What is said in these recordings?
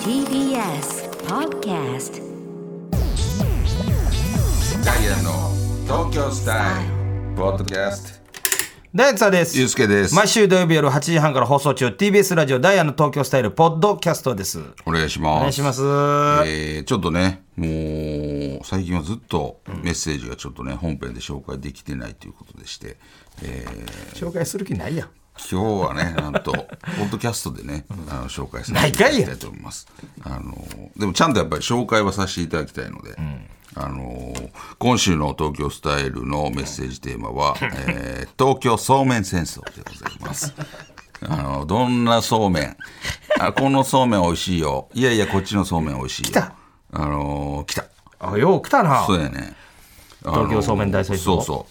TBS Podcast ダイアンの東京スタイルポッドキャスト。 ダイアンツァです。 ゆうすけです。 毎週土曜日夜8時半から放送中 TBS ラジオダイアンの東京スタイルポッドキャストです。 お願いします。 お願いします。 ちょっとね、もう最近はずっとメッセージがちょっとね、本編で紹介できてないということでして、 紹介する気ないやん。 今日はね、なんとポッドキャストでね、紹介させていただきたいと思います。でもちゃんとやっぱり紹介はさせていただきたいので、今週の東京スタイルのメッセージテーマは、東京そうめん戦争でございます。どんなそうめん、このそうめん美味しいよ、いやいやこっちのそうめん美味しいよ、 来た来た、 よう来たな。 そうやね、 東京そうめん大戦争。 そうそう、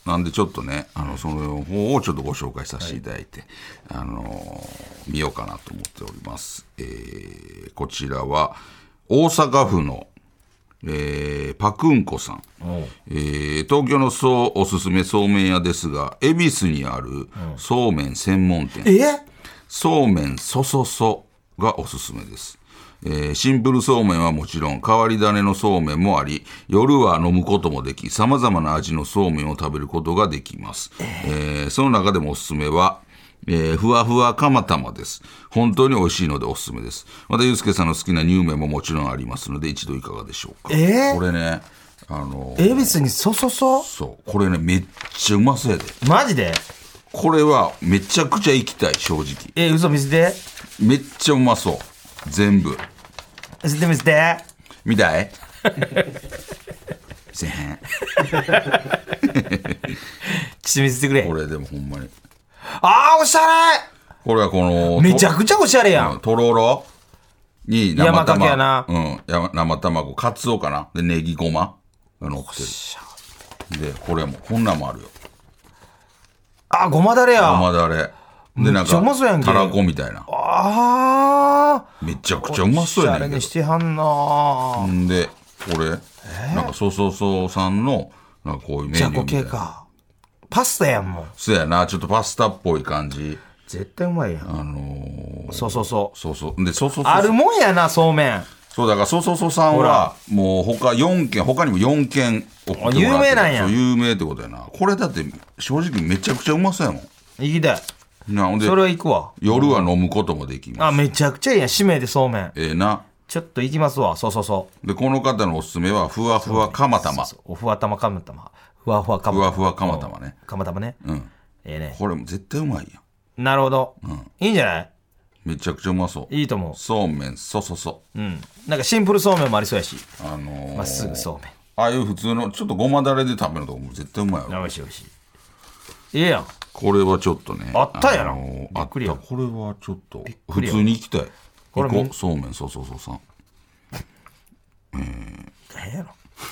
なんでちょっとね、その方をちょっとご紹介させていただいて、見ようかなと思っております。こちらは大阪府のパクンコさん、東京のおすすめそうめん屋ですが、恵比寿にあるそうめん専門店、そうめんそそそがおすすめです。シンプルそうめんはもちろん変わり種のそうめんもあり、夜は飲むこともでき、さまざまな味のそうめんを食べることができます。その中でもおすすめはふわふわ釜玉です。本当に美味しいのでおすすめです。またゆうすけさんの好きな乳麺ももちろんありますので、一度いかがでしょうか。これね、 恵比寿にそそそ。 そう、これねめっちゃうまそうやで。 マジで。 これはめちゃくちゃ行きたい、正直。 嘘見せて。 めっちゃうまそう、全部。 見せて見せて。 見たいせへん見せてくれ。 これでもほんまに、 おしゃこれはこのれ。めちゃくちゃおしゃれやん。 とろろに生山かけ卵、 やな。 生卵、かつおかな、でネギごまが乗ってる。でこれもこんなんもあるよ。 ごまだれや。 ごまだれで、なんめっちゃうまそうやんけ。 かたらこみたいな。めちゃくちゃうまそうやねんけど。 おしゃれにしてはんな。 んでこれ、なんかそうそうそうさんのなんかこういうメニューみたいな。 じゃこ系か。パスタやんもん。 そうやな、ちょっとパスタっぽい感じ。 絶対うまいやん。そうそうそうで、そうそうそうあるもんやな、そうめん。 そうだから、そうそうそうさんはもう他にも4軒送ってもらってる。 有名なんや。 そう、有名ってことやな。これだって正直めちゃくちゃうまそうやもん。 行きたい。 なのでそれは行くわ。 夜は飲むこともできます。 めちゃくちゃいいやん。締めでそうめん。 な。 ちょっと行きますわ。そうそうそう。 でこの方のおすすめはふわふわ釜玉。 ふわ釜釜玉。ふわふわ釜玉。 ふわふわ釜玉ね。 釜玉ね。 ね。これも絶対うまいやん。なるほど。いいんじゃない？ めちゃくちゃうまそう。 いいと思う。 そうめんそそそ。 なんかシンプルそうめんもありそうやし。まっすぐそうめん。 ああいう普通のちょっとごまだれで食べるとこも絶対うまいやろ。 おいしいおいしい。いいやん。 これはちょっとね。 あったやな。 びっくりや。これはちょっと普通に行きたい。行こう、そうめんそそそさん。 何やろ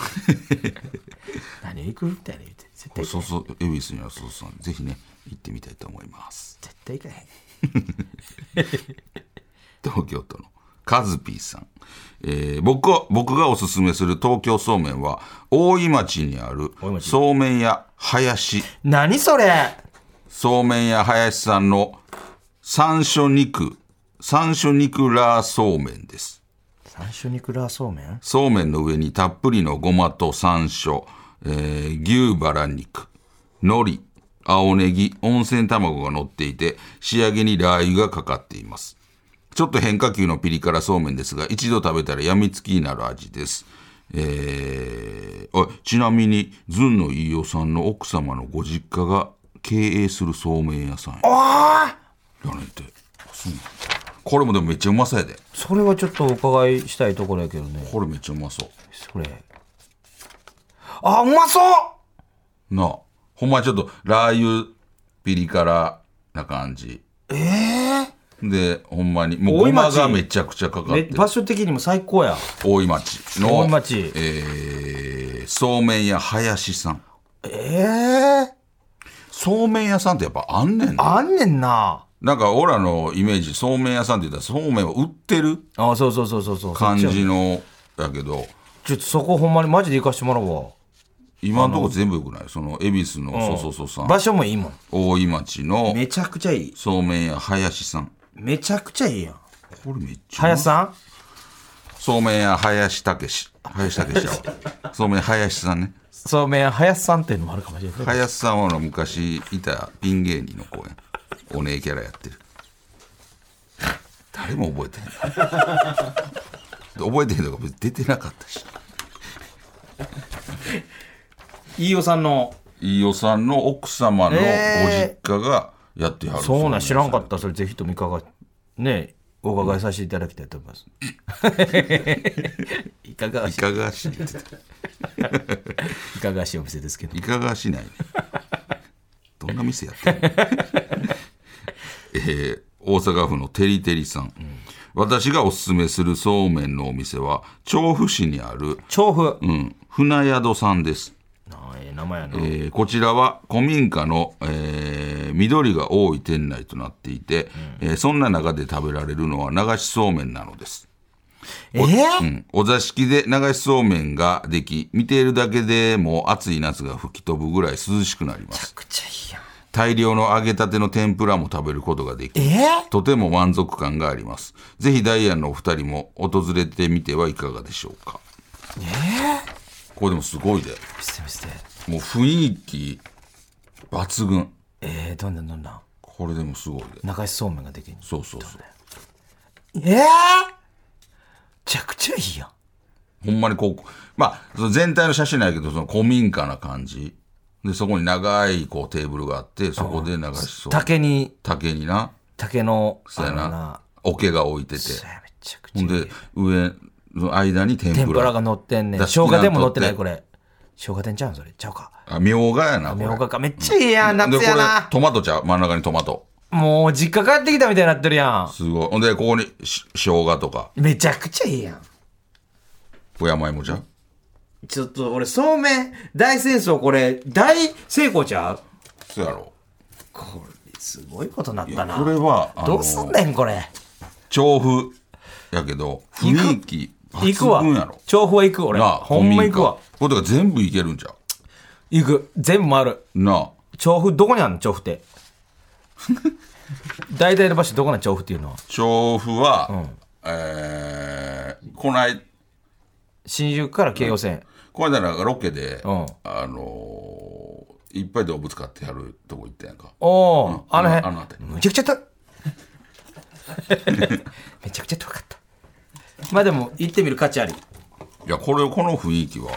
何行くみたいな言って絶対そうそう、恵比寿にはそうさん、ぜひね行ってみたいと思います。 絶対行かへん。 東京都のカズピーさん、僕がおすすめする東京そうめんは大井町にあるそうめん屋林。 何それ。 そうめん屋林さんの山椒肉ラーそうめんです。 山椒肉ラーそうめん。 そうめんの上にたっぷりのごまと山椒、牛バラ肉、海苔、青ネギ、温泉卵が乗っていて、仕上げにラー油がかかっています。ちょっと変化球のピリ辛そうめんですが、一度食べたらやみつきになる味です。ちなみにずんの飯尾さんの奥様のご実家が経営するそうめん屋さんやねんて。これもでもめっちゃうまそうやで。 それはちょっとお伺いしたいところやけどね。 これめっちゃうまそう。 それうまそうなあ、ほんまにちょっとラー油ピリ辛な感じで、ほんまにもうごまがめちゃくちゃかかってる。 場所的にも最高や。 大井町の大井町、 そうめん屋林さん。そうめん屋さんってやっぱあんねんな。 あんねんな。 なんか俺らのイメージ、そうめん屋さんって言ったらそうめんを売ってるそう感じのやけど、 ちょっとそこほんまにマジで行かしてもらうわ。 今のとこ全部よくない？その恵比寿のそうさん、 場所もいいもん。 大井町のめちゃくちゃいい。 そうめん屋林さん。 めちゃくちゃいいやん。 これめっちゃ林さんそうめん屋林武史やわそうめん林さんね。 そうめん林さんっていうのもあるかもしれない。 林さんは昔いたピン芸人の子やん。お姉キャラやってる。誰も覚えてへん覚えてへんとか別に出てなかったし。 飯尾さんの飯尾さんの奥様のご実家がやってはる、 そうなん知らんかった。それぜひともいかがねお伺いさせていただきたいと思います。いかがわしいいかがわしいって言ってた。 いかがわしいお店ですけど。 いかがわしないね。どんな店やってるの大阪府のてりてりさん、私がおすすめするそうめんのお店は調布市にある調布、 船宿さんです。 名前やな。 こちらは古民家の、緑が多い店内となっていて、そんな中で食べられるのは流しそうめんなのです。お座敷で流しそうめんができ、見ているだけでも暑い夏が吹き飛ぶぐらい涼しくなります。 めちゃくちゃいいやん。 大量の揚げたての天ぷらも食べることができ、とても満足感があります。ぜひダイアンのお二人も訪れてみてはいかがでしょうか。これでもすごいで。 見せて見せて。 もう雰囲気抜群。 どんなこれでもすごいで。 流しそうめんができる。 そうめちゃくちゃいいやん。 ほんまにこう、まあその全体の写真ないけど、その古民家な感じで、そこに長いこうテーブルがあって、そこで流しそう。竹にな。 竹のそうやな。桶が置いてて。 めちゃくちゃいい。 ほんで上の間に天ぷらが乗ってんねん。生姜でも乗ってないこれ。生姜天ちゃうんそれちゃうか。 みょうがやな。 みょうがかめっちゃいいやん。夏やな。 これトマトちゃう、真ん中にトマト。 もう実家帰ってきたみたいになってるやん。 すごい。ほんでここに生姜とか。 めちゃくちゃいいやん。 小山芋ちゃう。 ちょっと俺そうめん大戦争これ大成功ちゃう。 そうやろ。 これすごいことなったな。 これはどうすんねんこれ。 調布やけど雰囲気抜群やろ。 調布は行く俺。ほんま行くわ。 これとか全部行けるんちゃう。 行く。全部回るなあ。 調布どこにあるの調布って大体の場所どこなん調布っていうのは。 調布は、こない新宿から京葉線、 この間なんかロケで、 うんいっぱい動物飼ってやるとこ行ったやんか。 おお、あの辺あの辺むちゃくちゃめちゃくちゃ遠かった。まあでも行ってみる価値あり。 いやこの雰囲気は、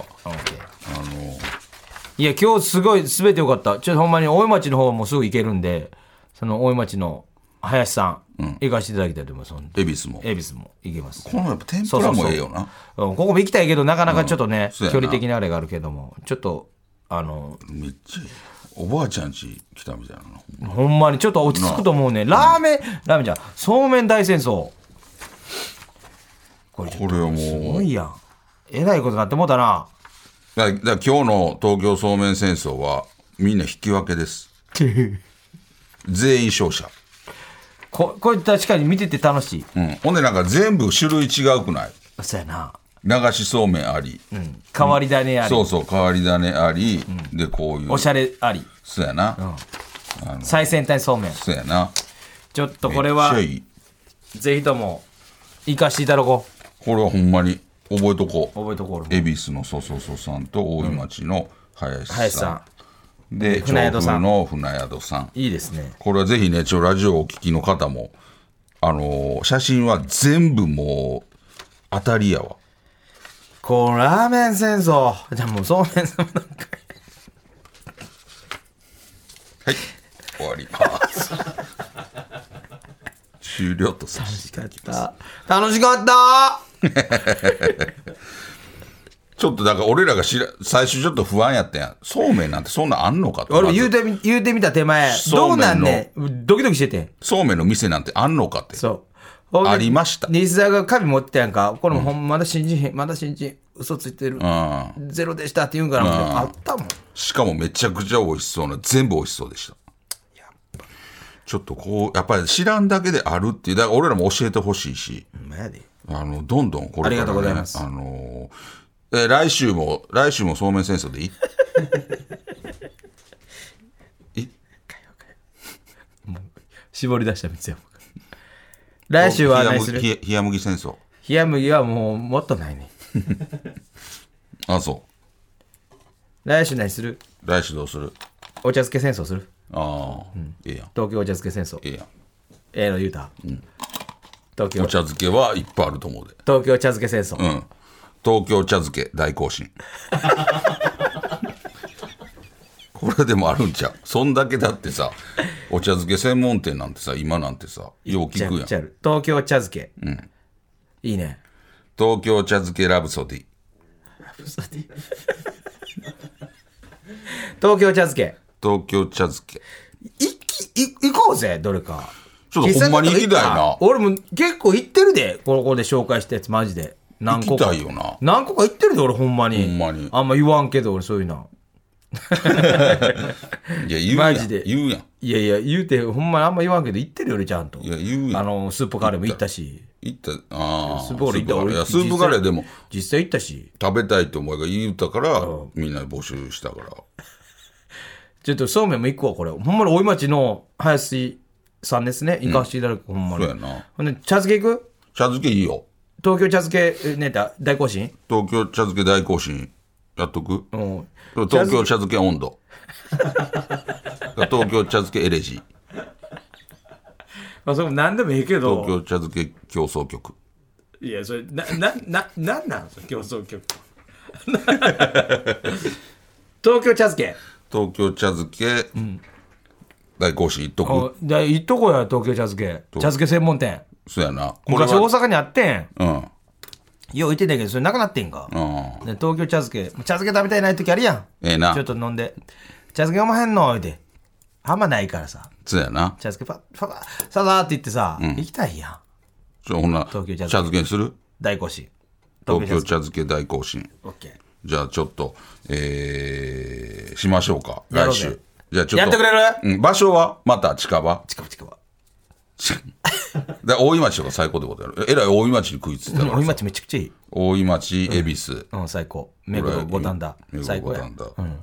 いや今日すごい全てよかった。ちょっとほんまに大井町の方もすぐ行けるんで、その大井町の林さん、行かせていただきたいと思います。 恵比寿も行けます。 このやっぱ天ぷらもええよな。 ここも行きたいけどなかなかちょっとね、 そうやな距離的なあれがあるけども、ちょっとめっちゃいい。おばあちゃん家来たみたいな。 ほんまにちょっと落ち着くと思うね。ラーメンじゃん。そうめん大戦争。これはもうすごいやん。えらいことになってもうたな。 だから今日の東京そうめん戦争はみんな引き分けです。全員勝者。 これ確かに見てて楽しい。 ほんでなんか全部種類違うくない。 そうやな。 流しそうめんあり、 変わり種あり、 そう変わり種あり、でこういうおしゃれあり、 そうやな、 最先端そうめん。 そうやな。 ちょっとこれはめっちゃいい。 ぜひとも行かしていただここれはほんまに覚えとこう。 覚えとこう。 恵比寿のそさんと大井町の林さん、で船宿さん調布の船宿さん。 いいですね。 これはぜひねラジオをお聞きの方も写真は全部もう当たりやわ。 こうラーメン戦争じゃあもうそうめん戦争なんかはい終わります終了とさせていただきます。 楽しかったちょっとだから俺らが最初ちょっと不安やったやん。そうめんなんてそんなんあんのかと。 俺言うてみた手前どうなんねドキドキしてて。 そうめんの店なんてあんのかって。 そうありました。 西澤が紙持ってたやんか。これもほんまだ信じへん、まだ信じへん、嘘ついてる、ゼロでしたって言うんから、あったもん。 しかもめちゃくちゃ美味しそうな、全部美味しそうでした。ちょっとこうやっぱり知らんだけであるっていう、だから俺らも教えてほしいし、どんどんこれから、ね、 ありがとうございます。 来週もそうめん戦争でいいもう絞り出した店やもん。来週は何する？ 冷麦戦争。 冷麦はもうもっとないね。 あ、そ来週何する？ う。来週どうする？ お茶漬け戦争する？ ああ、ええやん。 東京お茶漬け戦争。 ええやん。 ええの言うた。東京お茶漬けはいっぱいあると思うで。 東京茶漬け戦争。 うん。東京茶漬け大行進。これでもあるんちゃう。そんだけだってさ、お茶漬け専門店なんてさ、今なんてさ、よう聞くやん。 東京茶漬け。いいね。 東京茶漬けラブソディ。 東京茶漬け。 東京茶漬け。 行こうぜ、どれか。 ちょっとほんまに行きたいな。 俺も結構行ってるで、ここで紹介したやつ、マジで。何個か。 行きたいよな。 何個か行ってるで、俺ほんまに。 ほんまにあんま言わんけど、俺そういうの。 いや、言うやん。 マジで言うやん。 いやいや、言うて、ほんまにあんま言わんけど、行ってるよりちゃんと。 いや、言うやん。 スープカレーも行ったし。 行った、ああ。 スープカレー行ったいや、スープカレーでも、 実際行ったし。 食べたいと思いが言うたから、みんな募集したから。 ちょっとそうめんも行くわ、これ。ほんまに大井町の林さんですね。行かせていただく、ほんまに。 そうやな。 ほんで、茶漬け行く？ 茶漬けいいよ。 東京茶漬けネタ、大行進？ 東京茶漬け大行進やっとく？ うん。 東京茶漬け温度。東京茶漬けエレジー。 まあ、それも何でもいいけど。 東京茶漬け競争曲。 いや、それ、なんなんそれ、競争曲。東京茶漬け。 東京茶漬け、大行進いっとく？ じゃあ、行っとこうや、東京茶漬け。茶漬け専門店。 そうやな。 昔大阪にあってん。 うん。 よう行ってたけど、それなくなってんか。 うん。 で東京茶漬け。茶漬け食べたいない時あるやん。 ええなちょっと飲んで。茶漬け飲まへんのって。あんまないからさ。 そうやな。 茶漬けさーって言ってさ、行きたいやん。 ほんな、 東京茶漬け茶漬けにする？ 大行進。 東京茶漬け大行進。 オッケー。 じゃあちょっと、しましょうか。 やろうぜ来週。じゃあちょっと。 やってくれる？ うん。場所はまた近場？ 近場。 で大井町とか最高ってことやろ。えらい大井町に食いついたからさ。 大井町めちゃくちゃいい。 大井町、恵比寿。 うん、最高。目黒五反田。最高や。 五反田。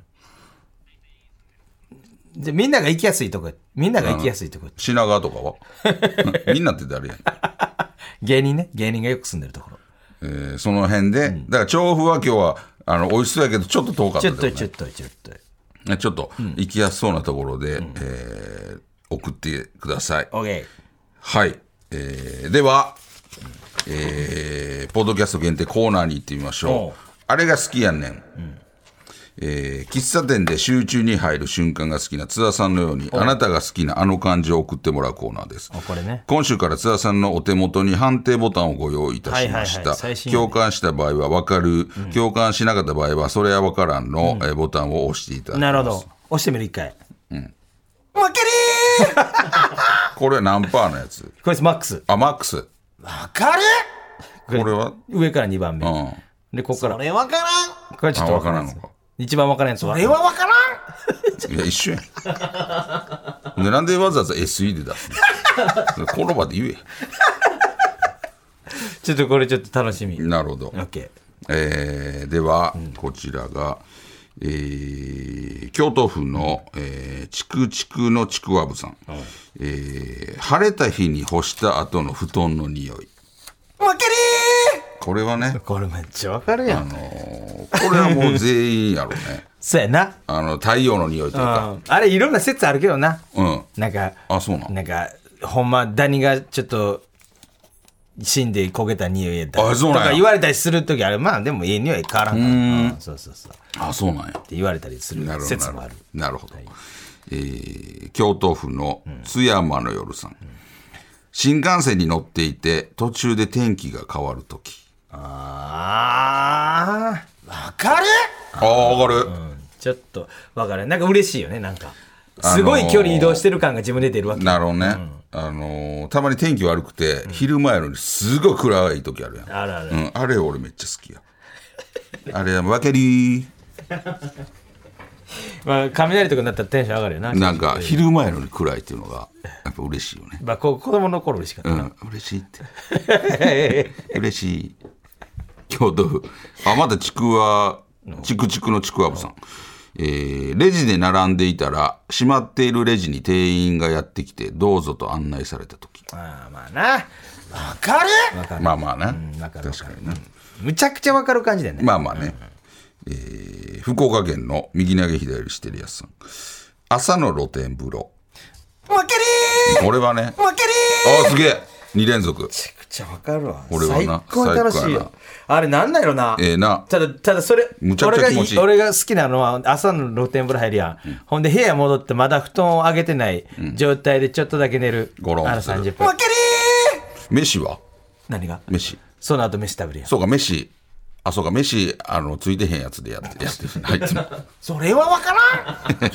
で、みんなが行きやすいとこ。みんなが行きやすいとこ。 品川とかはみんなって誰やん。 芸人がよく住んでるところ。 その辺で、だから調布は今日は美味しそうやけどちょっと遠かったちょっと。ちょっと行きやすそうなところで、送ってください。 オッケはい、では、ポッドキャスト限定コーナーに行ってみましょう。あれが好きやねん。喫茶店で集中に入る瞬間が好きな津田さんのように、あなたが好きなあの漢字を送ってもらうコーナーです。 これね。 今週から津田さんのお手元に判定ボタンをご用意いたしました。共感した場合は分かる、共感しなかった場合はそれは分からんの、ボタンを押していただきます。 なるほど。押してみる一回。負けりーこれは何パーのやつ？ これマックス。 あ、マックス。 わかる？ これは上から2番目。で、ここから。それわからん。これちょっとわからんのか。一番わからんやつは。それはわからん。 いや、一緒やん。で、なんでわざわざ SE で出すの？この場で言え。 ちょっとこれちょっと楽しみ。 なるほど。 OK。 では、こちらが、京都府の、ちくちくのちくわぶさん。晴れた日に干した後の布団の匂い。 負けりー。 これはね、 これめっちゃわかるやん。 これはもう全員やろね。 そうやな。 太陽の匂いというか。 あれいろんな説あるけどな。 うん。 なんか、 あ、そうなん。 なんか、ほんま、ダニがちょっと、死んで焦げた匂いやったあ、そうなんや。 とか言われたりするときある。まあでもいい匂い変わらんから。そうそうそう。 あ、そうなんや。 って言われたりする説もある。 なるほど。京都府の津山の夜さん。新幹線に乗っていて途中で天気が変わるとき。 わかる？ わかる。 ちょっとわかる。なんか嬉しいよね、なんか。すごい距離移動してる感が自分で出るわけ。 なるほどね。たまに天気悪くて、昼前のにすごい暗い時あるやん。 あるある。 あれ俺めっちゃ好きや。あれわけりー。 まあ雷とかになったらテンション上がるよな。 なんか昼前のに暗いっていうのがやっぱ嬉しいよね。 まあ子供の頃嬉しかったな。 嬉しいって。嬉しい。京都府。またちくわ、ちくちくのちくわぶさん。レジで並んでいたら閉まっているレジに店員がやってきてどうぞと案内された時。 まあな。 わかるまあまあな、 わかる確かにな、 むちゃくちゃわかる感じだよね。 まあまあね、福岡県の右投げ左してるやつさん、朝の露天風呂。 わけり俺はね、 ーわけりーあすげえ2連続。 めちゃくちゃわかるわ。 俺はな最高に楽しい最高やなよ。あれなんだろな。 なただそれ、 むちゃくちゃ気持ちいい俺が好きなのは朝の露天風呂入るやん。ほんで部屋戻ってまだ布団を上げてない状態でちょっとだけ寝る。 ゴロンする 30分。わけりー飯は何が飯。 その後飯食べるやん。 そうか飯。あそうか飯ついてへんやつでやってるあいつもそれはわからん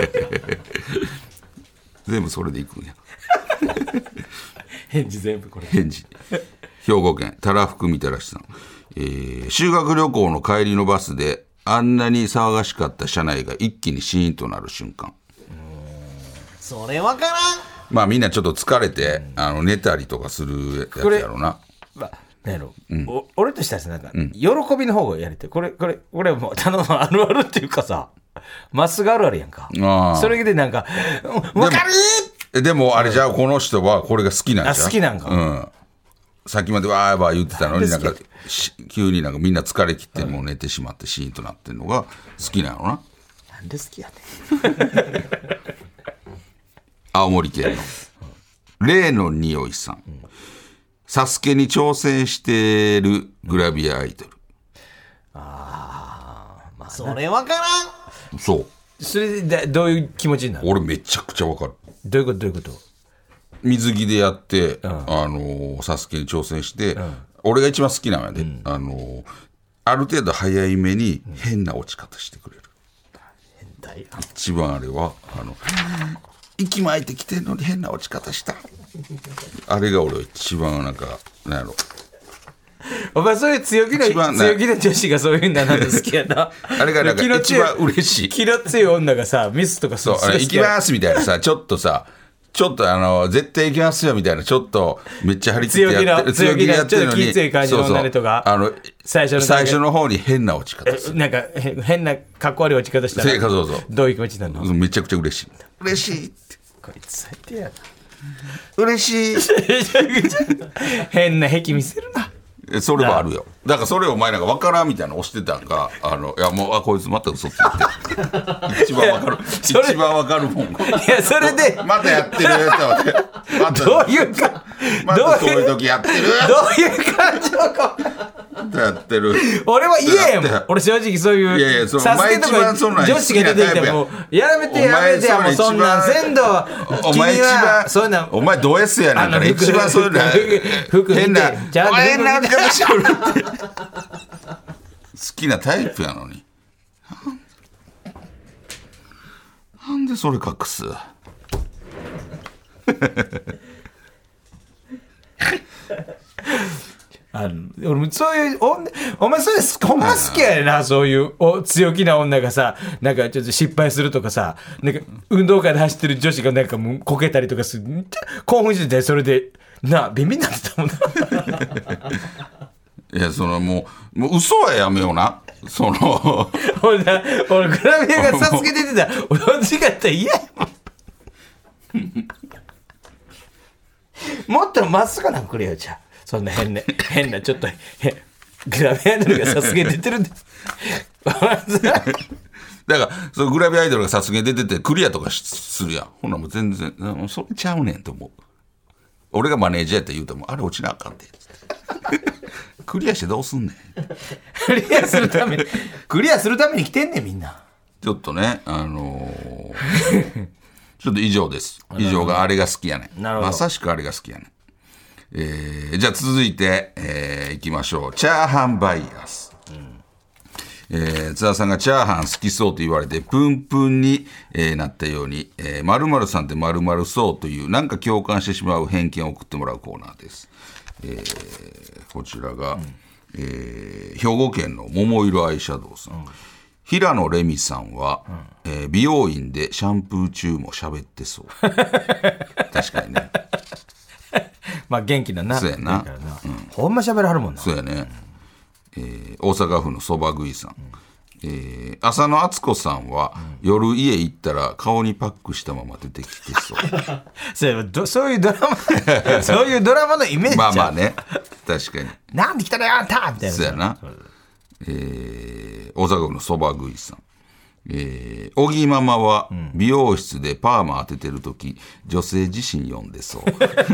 全部それでいくんや。 返事全部これ。 返事。兵庫県たらふくみたらしさん、修学旅行の帰りのバスであんなに騒がしかった車内が一気にシーンとなる瞬間。 それわからん。 まあみんなちょっと疲れて、寝たりとかするやつやろうな。 なんやろ、俺としてはさなんか、喜びの方がやりたい。これはもうただのあるあるっていうかさ、まっすぐあるあるやんか。それでなんかわかるでもあれじゃあこの人はこれが好きなんじゃん。 好きなんか。 さっきまでわーわー言ってたのになんか急になんかみんな疲れ切ってもう寝てしまってシーンとなってるのが好きなのな。 なんで好きやねん。 青森県の例の匂いさん、サスケに挑戦してるグラビアアイドル。 それわからん。 そうそれでどういう気持ちになる？ 俺めちゃくちゃわかる。 どういうこと水着でやって、サスケに挑戦して、俺が一番好きなのやで、ある程度早い目に変な落ち方してくれる。一番あれは息巻いてきてんのに変な落ち方した。あれが俺一番なんかなんやろ。 お前そういう強気な女子がそういうんだなの好きやな。 あれがなんか一番嬉しい。 気の強い女がさミスとかする。 そう行きますみたいなさちょっと絶対行きますよみたいなちょっとめっちゃ張り付いてやってる強気なちょっと気強い感じの女の人が最初の方に変な落ち方する。 なんか変なかっこ悪い落ち方したらそうどういう気持ちなの？ めちゃくちゃ嬉しい。嬉しいってこいつ最低やな。 嬉しい変な癖見せるな。 それはあるよ。だからそれをお前なんか分からんみたいなの押してたんがいやもうこいつまた嘘ついて一番分かる一番分かるもん。いやそれでまたやってるまたどういうかまたそういう時やってるどういう感情かやってる。 俺は嫌やもん。俺正直そういうサスケとか女子が出てきてもやめてやもうそんなん全土お前一番そういうのお前ド S やなんから一番そういうの服変なちゃんと変な好きなタイプやのになんでそれ隠す。 俺そういうお前それほんま好きやねんな。そういう強気な女がさなんかちょっと失敗するとかさなんか運動会で走ってる女子がなんかもうこけたりとかする興奮しててそれでビンビンになってたもんな。 いやもう嘘はやめような。 俺グラビアがサスケ出てたら俺間違ったら嫌やもん。もっとまっすぐなくれよ。じゃあそんな変なちょっとグラビアアイドルがサスケ出てるんです。 だからそのグラビアアイドルがサスケ出ててクリアとかするやん。ほなもう全然それちゃうねんと思う。俺がマネージャーやったら言うともあれ落ちなあかんでクリアしてどうすんねん。 クリアするために来てんねんみんな。 ちょっとねちょっと以上です。以上があれが好きやねん。まさしくあれが好きやねん。じゃあ続いて、いきましょう。チャーハンバイヤーズ。津田さんがチャーハン好きそうと言われてプンプンに、なったように、〇〇さんって〇〇そうというなんか共感してしまう偏見を送ってもらうコーナーです。こちらが、兵庫県の桃色アイシャドウさん、平野レミさんは、美容院でシャンプー中も喋ってそう。確かにね。 まあ元気だな。 そうやな。 ほんま喋らはるもんな。 そうやね。大阪府のそば食いさん、 浅野敦子さんは、夜家行ったら顔にパックしたまま出てきてそうそういうドラマそういうドラマのイメージじゃん。 まあね、確かに。 なんで来たのよあんたみたいな。 そうやな。大阪府のそば食いさん。小木ママは美容室でパーマ当ててるとき、女性自身呼んでそう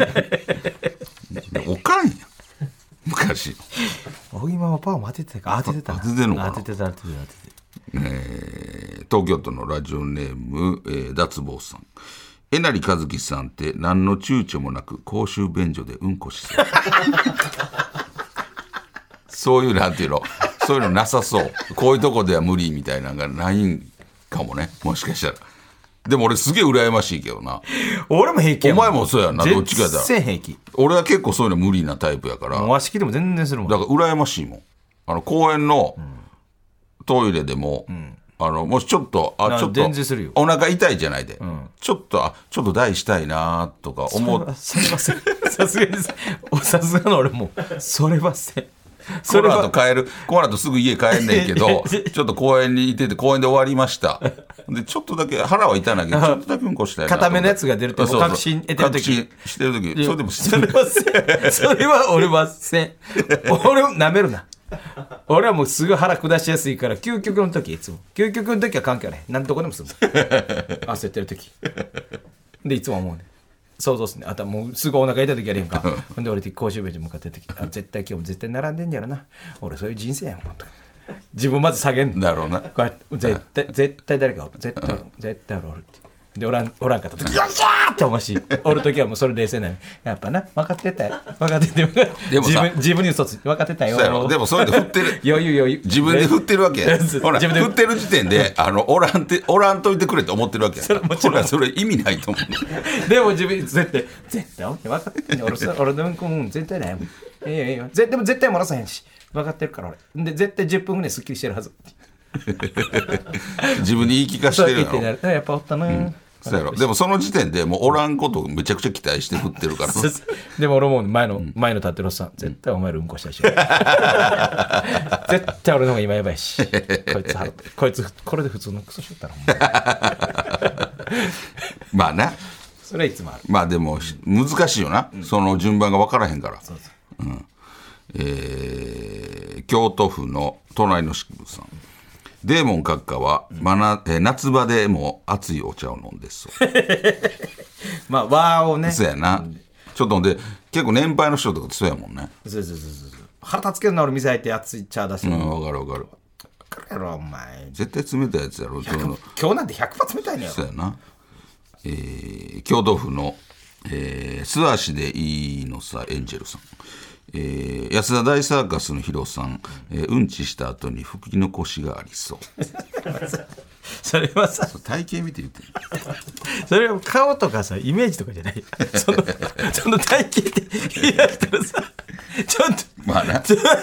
おかんや昔。 小木ママパーマ当ててたか。当ててたな。 当ててんのかな。 当ててた。 東京都のラジオネーム、脱帽さん。えなりかずきさんって何の躊躇もなく公衆便所でうんこしそうそういうなんていうの、そういうのなさそう。こういうとこでは無理みたいなのがないんかもね、もしかしたら。でも俺すげえ羨ましいけどな。 俺も平気やもん。 お前もそうやんな、どっちかやったら。 全然平気。 俺は結構そういうの無理なタイプやから。 和式でも全然するもん。 だから羨ましいもん。公園のトイレでも、もしちょっとちょっと全然するよ。 お腹痛いじゃないで、ちょっと台したいなとか思う。 それはせん。さすがにさすがの俺もそれはせん。 この後この後すぐ家帰んねんけどちょっと公園にいてて公園で終わりました。でちょっとだけ腹は痛いんだけどちょっとだけうんこしたいなと。 固めのやつが出ると確信得てる時。 確信してる時それでもそれはせん。それは俺はせん。俺をなめるな。俺はもうすぐ腹下しやすいから究極の時いつも究極の時は関係ない。何とこでもする焦ってる時でいつも思うね。想像すね。あとはもうすぐお腹痛い時やれんか。ほんで俺公衆便所向かってて絶対今日も絶対並んでんやろな。俺そういう人生やもんとか自分まず下げんだろうな。 こうやって絶対誰かおる。絶対おるってでおらんかった時よっしゃーって思うしおる時はもうそれ冷静なの。やっぱな分かってたよ分かっててでもさ自分に嘘ついて分かってたよ。 そうやろ。でもそれで振ってる余裕自分で振ってるわけや。ほら自分で振ってる時点でおらんといてくれって思ってるわけや。 もちろんほらそれ意味ないと思うでも自分絶対分かってんねん。俺のうんこ絶対ないもん。いいよでも絶対漏らさへんし分かってるから俺で絶対10分ぐらいすっきりしてるはず。 自分に言い聞かせてるやろ。 やっぱおったな、 そうやろ。でもその時点でもうおらんことをめちゃくちゃ期待して振ってるからでも俺も前の立ってるおっさん絶対お前らうんこしたし絶対俺の方が今やばいしこいつこれで普通のクソしよったらまあな。 それはいつもある。 まあでも難しいよな、その順番が分からへんから。京都府の隣のしくぶさん。デーモン閣下は、夏場でも熱いお茶を飲んでそうまあ和をね。 そうやな、ちょっとで結構年配の人とかってそうやもんね。 そう腹立つけどな俺店入って熱い茶出してる。 分かる分かるやろお前。 絶対冷たいやつやろ。 今日なんて100%冷たいねよ。 そうやな。京都府の、素足でいいのさエンジェルさん。安田大サーカスのヒロさん、うんちした後に拭き残しがありそうそれはさ体型見て言ってる。 それは顔とかさイメージとかじゃないその体型って言い出したらさちょっとまあな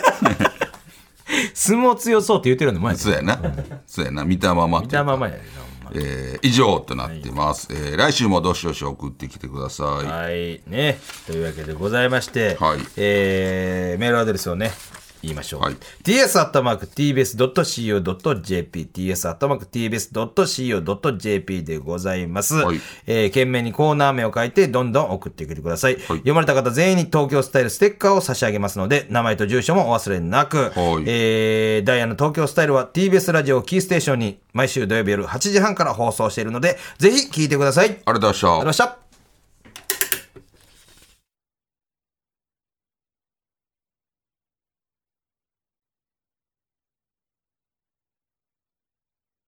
相撲強そうって言ってるの前そうやな、そうやな、見たまま見たままやね。 以上となってます、来週もどしどし送ってきてください。 はいね、というわけでございまして、 はいメールアドレスをね言いましょう、 はい、 ts@tbs.co.jp ts@tbs.co.jp でございます、 はい懸命にコーナー名を書いてどんどん送ってきてください、読まれた方全員に東京スタイルステッカーを差し上げますので名前と住所もお忘れなく、 はいダイヤの東京スタイルは TBS ラジオキーステーションに毎週土曜日夜8時半から放送しているのでぜひ聞いてください。ありがとうありがとうございました。 ございました。